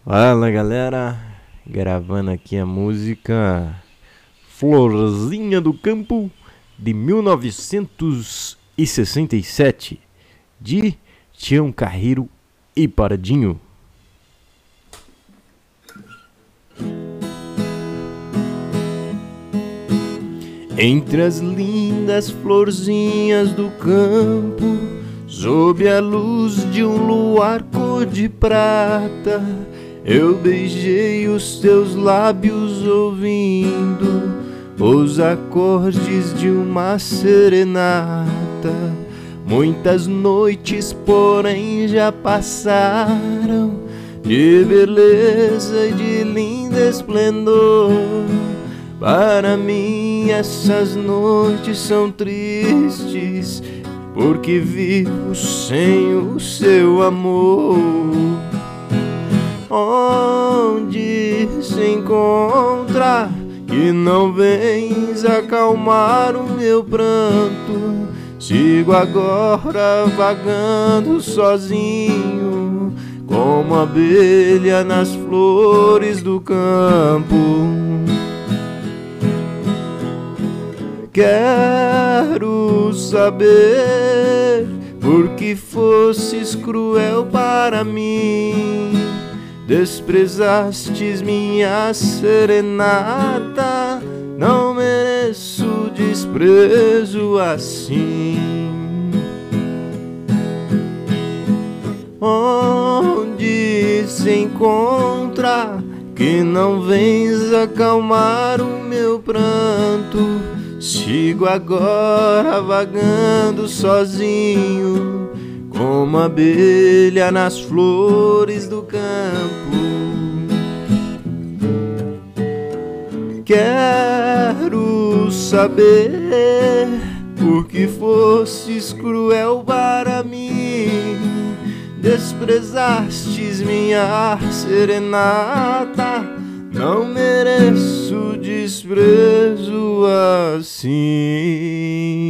Fala galera, gravando aqui a música Florzinha do Campo de 1967 de Tião Carreiro e Paradinho. Entre as lindas florzinhas do campo, sob a luz de um luar cor de prata, eu beijei os teus lábios ouvindo os acordes de uma serenata. Muitas noites, porém, já passaram de beleza e de lindo esplendor. Para mim essas noites são tristes, porque vivo sem o seu amor. Onde se encontra que não vens acalmar o meu pranto? Sigo agora vagando sozinho, como abelha nas flores do campo. Quero saber por que fosses cruel para mim, desprezastes minha serenata. Não mereço desprezo assim. Onde se encontra que não vens acalmar o meu pranto? Sigo agora vagando sozinho, como abelha nas flores do campo. Quero saber por que fostes cruel para mim, desprezastes minha serenata. Não mereço desprezo assim.